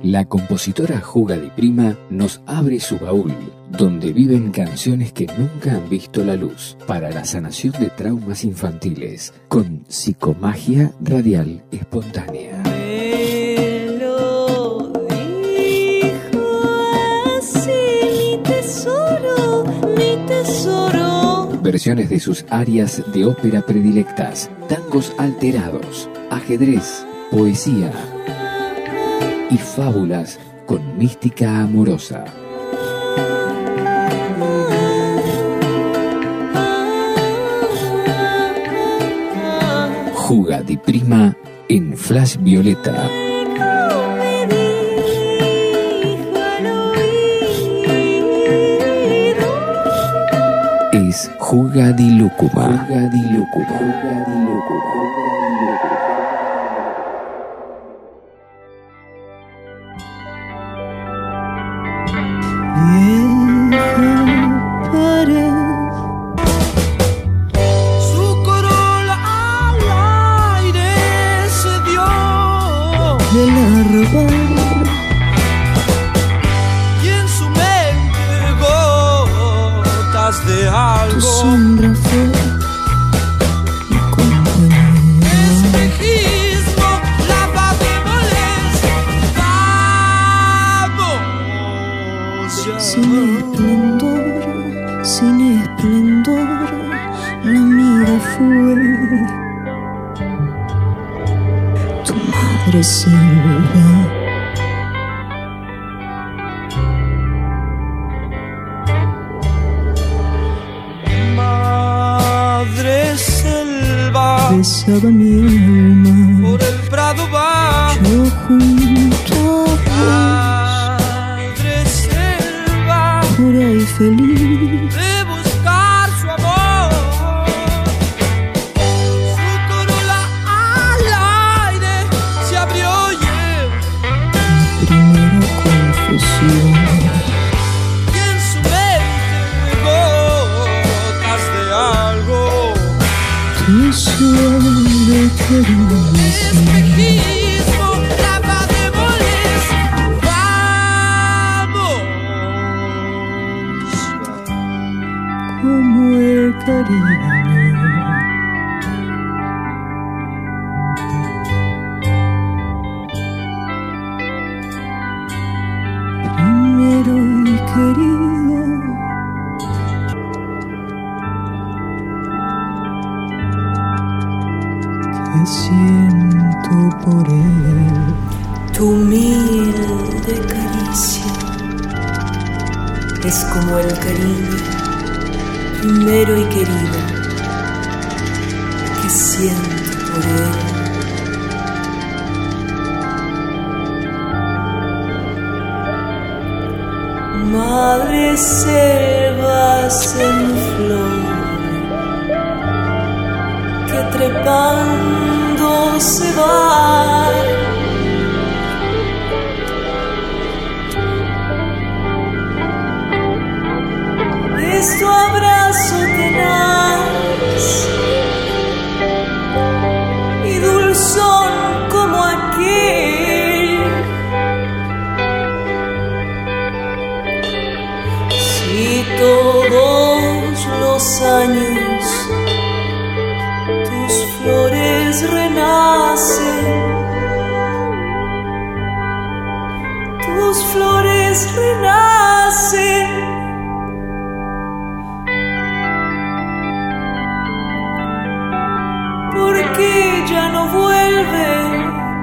la compositora Juga Di Prima nos abre su baúl, donde viven canciones que nunca han visto la luz, para la sanación de traumas infantiles, con psicomagia radial espontánea. Me lo dijo así, mi tesoro. Versiones de sus arias de ópera predilectas, tangos alterados, ajedrez, poesía y fábulas con mística amorosa. Juga Di Prima en Flash Violeta. Es Juga Di Lúcuma. Juga Di Lúcuma. Juga Di Lúcuma. Tu sombra fue mi compañera. Espejismo, lavadémoles, vamos ya. Sin esplendor, la mía fue tu madre Silva. Besaba mi alma, por el prado va, yo junto a vos, madre selva, pura y feliz, de buscar su amor, su corola al aire se abrió y mi primera confesión, y en su mente gotas de algo. Tu suave caricia, espejismo, lavadémoles, vamos como el cariño. Primero y querido, que siento por él. Tu humilde caricia es como el cariño primero y querido que siento por él. Madre selvas en flor que trepando se va, es tu abrazo tenaz y dulzón como aquel. Si todos los años tus flores renacen, tus flores renacen, porque ya no vuelve,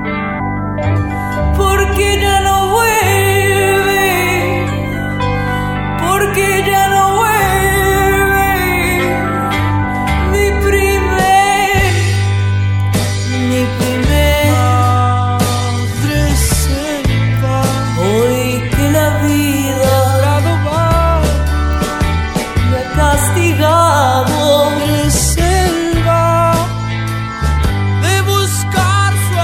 porque ya no vuelve, porque ya no vuelve. Castigado, selva, de buscar su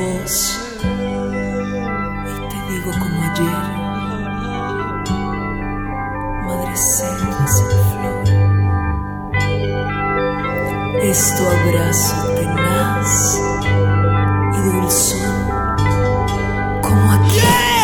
voz y te digo como ayer, madre selva sin flor, es tu abrazo tenaz y dulzón como aquí.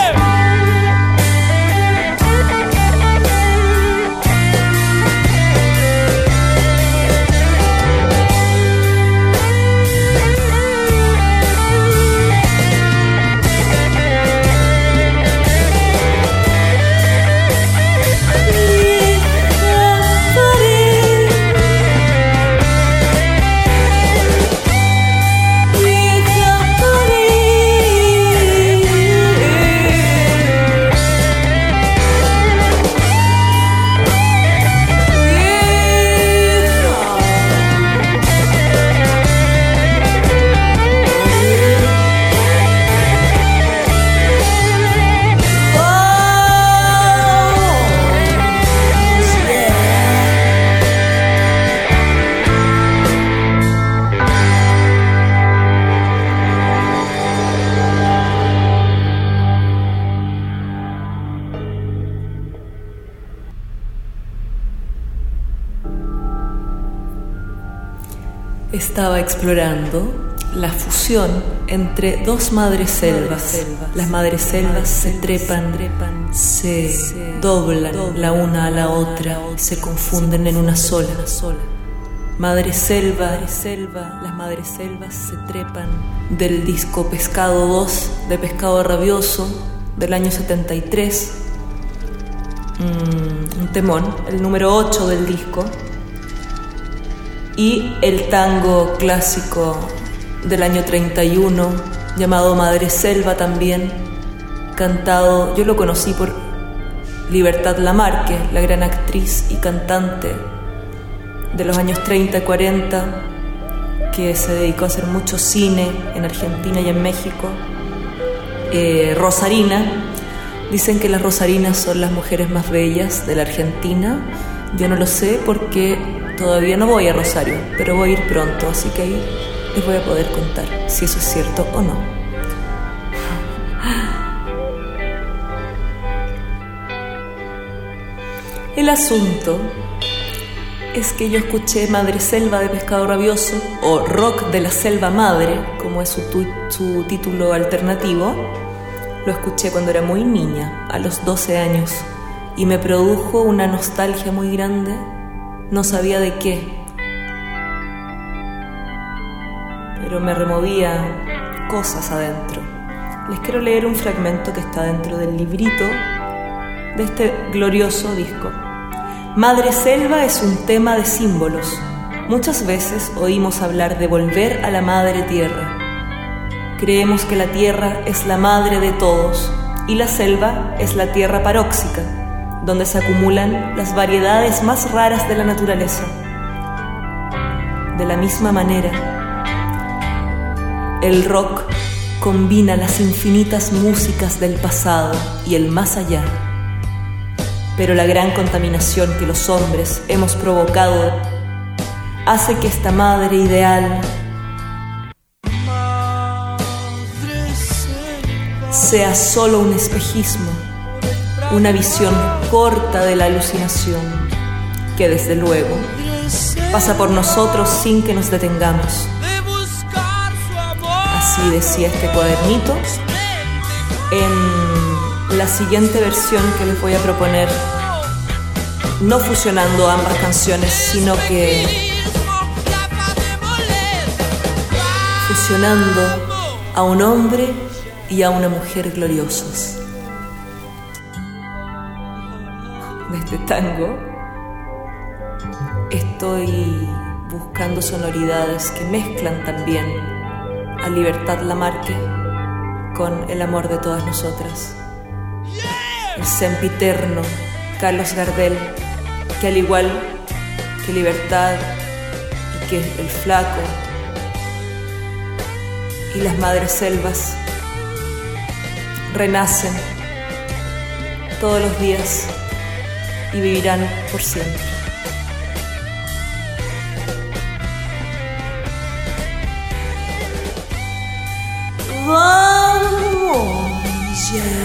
Estaba explorando la fusión entre dos madres selvas. Las madres selvas se trepan, se doblan la una a la otra, se confunden en una sola. Madre selva, las madres selvas se trepan. Del disco Pescado 2 de Pescado Rabioso del año 73. Un temón, el número 8 del disco. Y el tango clásico del año 31, llamado Madre Selva también, cantado, yo lo conocí por Libertad Lamarque, la gran actriz y cantante de los años 30 y 40, que se dedicó a hacer mucho cine en Argentina y en México. Rosarina, dicen que las rosarinas son las mujeres más bellas de la Argentina. Yo no lo sé porque todavía no voy a Rosario, pero voy a ir pronto, así que ahí les voy a poder contar si eso es cierto o no. El asunto es que yo escuché Madre Selva de Pescado Rabioso, o Rock de la Selva Madre, como es su título alternativo. Lo escuché cuando era muy niña, a los 12 años, y me produjo una nostalgia muy grande. No sabía de qué, pero me removía cosas adentro. Les quiero leer un fragmento que está dentro del librito de este glorioso disco. Madre Selva es un tema de símbolos. Muchas veces oímos hablar de volver a la madre tierra. Creemos que la tierra es la madre de todos y la selva es la tierra paróxica, donde se acumulan las variedades más raras de la naturaleza. De la misma manera, el rock combina las infinitas músicas del pasado y el más allá. Pero la gran contaminación que los hombres hemos provocado hace que esta madre ideal sea solo un espejismo, una visión corta de la alucinación, que desde luego pasa por nosotros sin que nos detengamos. Así decía este cuadernito. En la siguiente versión que les voy a proponer, no fusionando ambas canciones, sino que fusionando a un hombre y a una mujer gloriosos. De este tango estoy buscando sonoridades que mezclan también a Libertad Lamarque con el amor de todas nosotras. El sempiterno Carlos Gardel, que al igual que Libertad y que el Flaco y las Madres Selvas, renacen todos los días y vivirán por siempre. vamos ya.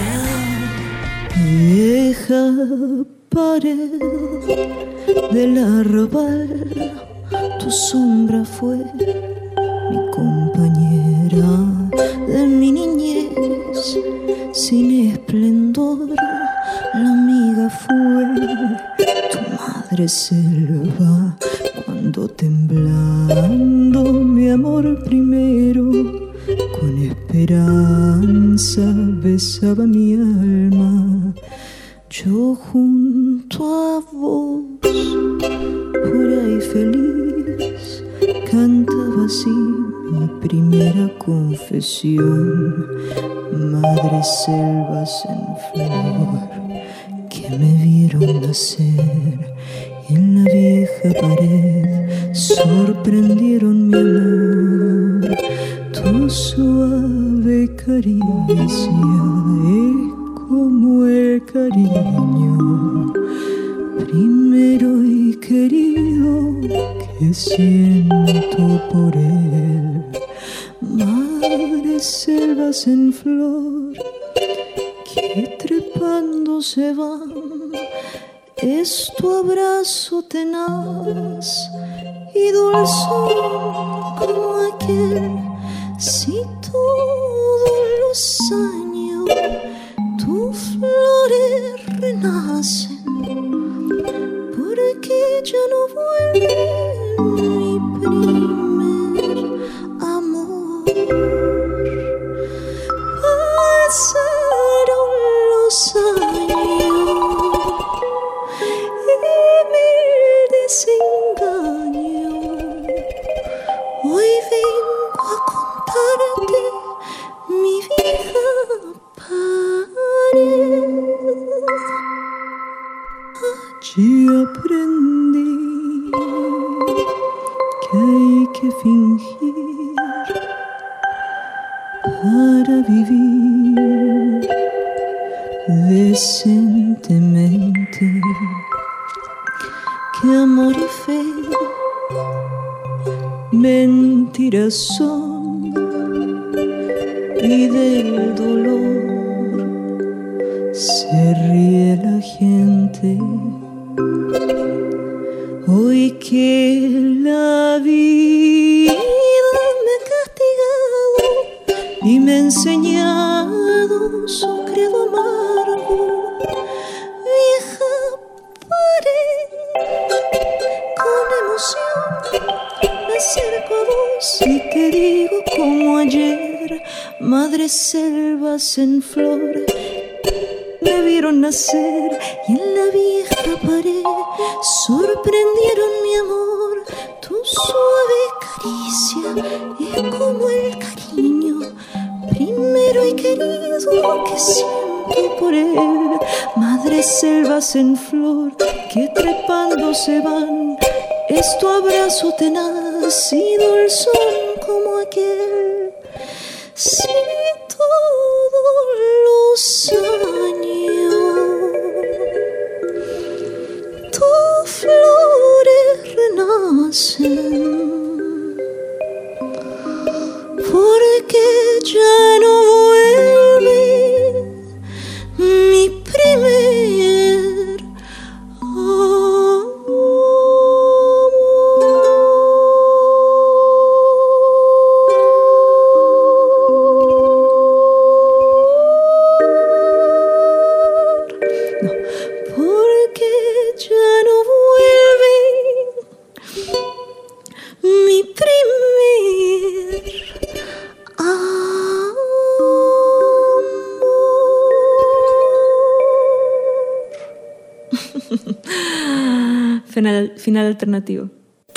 Vieja pared del arrabal, tu sombra fue mi compañera de mi niñez. Sin esplendor, la amiga fue tu madre selva, cuando temblando mi amor primero con esperanza besaba mi alma. Yo junto a vos, pura y feliz, cantaba así mi primera confesión. Madres selvas en flor que me vieron nacer y en la vieja pared sorprendieron mi amor. Tu suave caricia es como el cariño primero y querido que siento por él. Madres selvas en flor que trepando se van, es tu abrazo tenaz y dulzón como aquel. Si todos los años tus flores renacen, porque ya no vuelve mi primer amor. Pasaron los años y mil desengaños. Hoy vengo a contarte mi vieja pared. Allí aprendí que hay que fingir para vivir decentemente, que amor y fe mentiras son, y del dolor se ríe la gente. Hoy que la vida me ha castigado y me ha enseñado su credo amargo, vieja pared, con emoción me acerco a vos y te digo como ayer. Madres selvas en flor me vieron nacer y en la vieja pared sorprendieron mi amor. Tu suave caricia es como el cariño primero y querido que siento por él. Madres selvas en flor que trepando se van, es tu abrazo tenaz y dulzón como aquel. Si todos los años tus flores renacen, porque ya no vuelve mi primer amor. No, porque ya no vuelve mi primer amor. Final alternativo.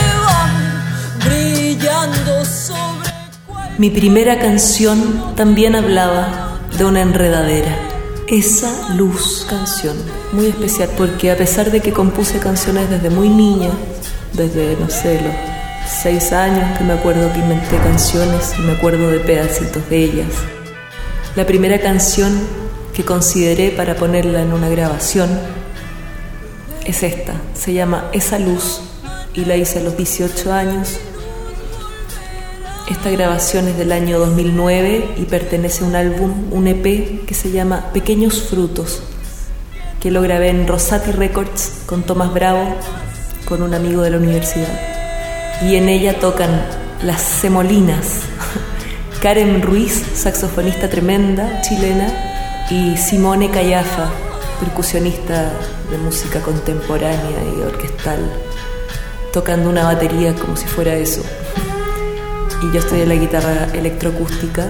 Brillando sobre Mi primera canción también hablaba de una enredadera. Esa luz, canción muy especial, porque a pesar de que compuse canciones desde muy niña, desde, no sé, los 6 años, que me acuerdo que inventé canciones y me acuerdo de pedacitos de ellas, la primera canción que consideré para ponerla en una grabación es esta, se llama Esa luz, y la hice a los 18 años Esta grabación es del año 2009 y pertenece a un álbum, un EP que se llama Pequeños Frutos, que lo grabé en Rosati Records con Tomás Bravo, con un amigo de la universidad. Y en ella tocan las Semolinas, Karen Ruiz, saxofonista tremenda, chilena, y Simone Callafa, percusionista de música contemporánea y orquestal, tocando una batería como si fuera eso. Y yo estoy en la guitarra electroacústica.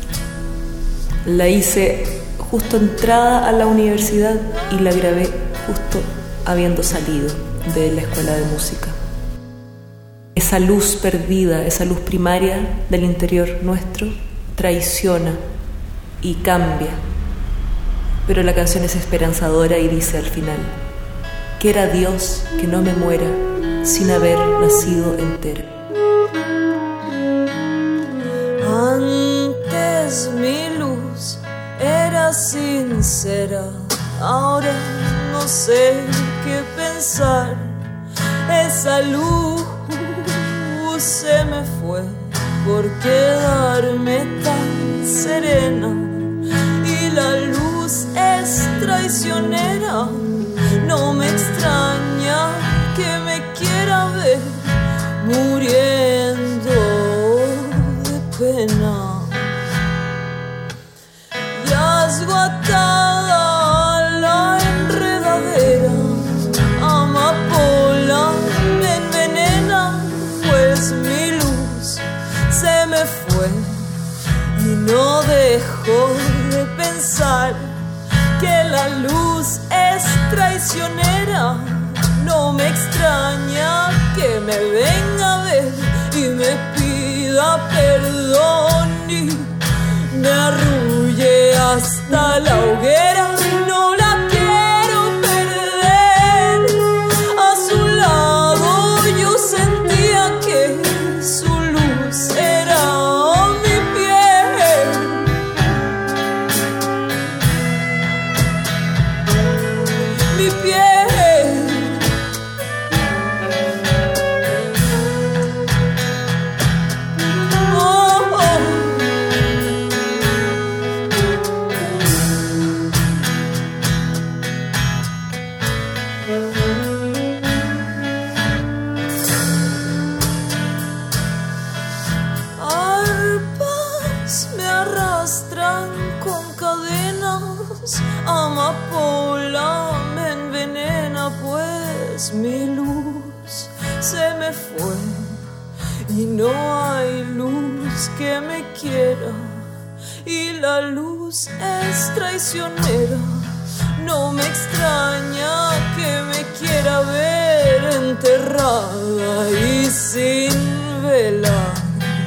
La hice justo entrada a la universidad y la grabé justo habiendo salido de la escuela de música. Esa luz perdida, esa luz primaria del interior nuestro, traiciona y cambia. Pero la canción es esperanzadora y dice al final: quiera Dios que no me muera sin haber nacido entera. Antes mi luz era sincera, ahora no sé qué pensar. Esa luz se me fue por quedarme tan serena, y la luz es traicionera. No me extraña que me quiera ver muriendo de pena. Yazgo atada a la enredadera, amapola me envenena, pues mi luz se me fue y no dejo de pensar que la luz es traicionera. No me extraña que me venga a ver y me pida perdón y me arrulle hasta la hoguera. No la quiero perder. A su lado yo sentía que su luz era mi piel. Mi piel. Amapola me envenena, pues mi luz se me fue y no hay luz que me quiera, y la luz es traicionera. No me extraña que me quiera ver enterrada y sin velas.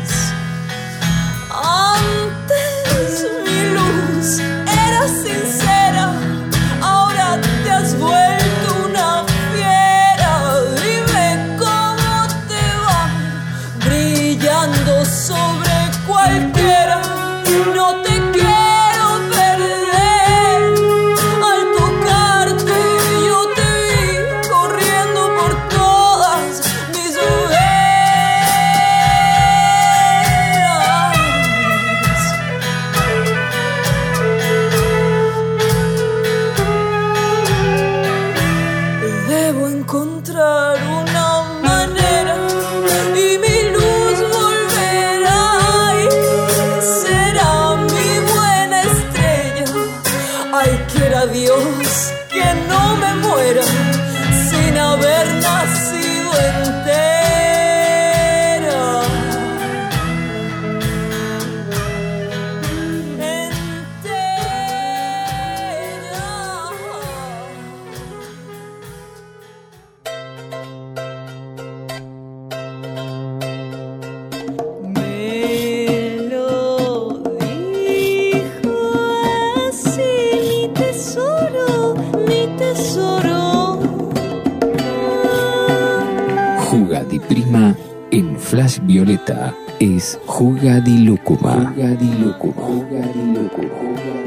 Antes mi luz era sincera, ahora te has vuelto una fiera. Dime cómo te va, brillando sobre cualquiera. No te quiero perder. Al tocarte yo te vi corriendo por todas mis venas. Debo encontrar una manera y mi luz volverá y será mi buena estrella. Ay, quiera Dios que no me muera sin haber nacido entera. Me lo dijo así, mi tesoro, mi tesoro. Jugadiprima en Flash Violeta es Jugadilúcuma. Jugadilúcuma. Jugadilúcuma.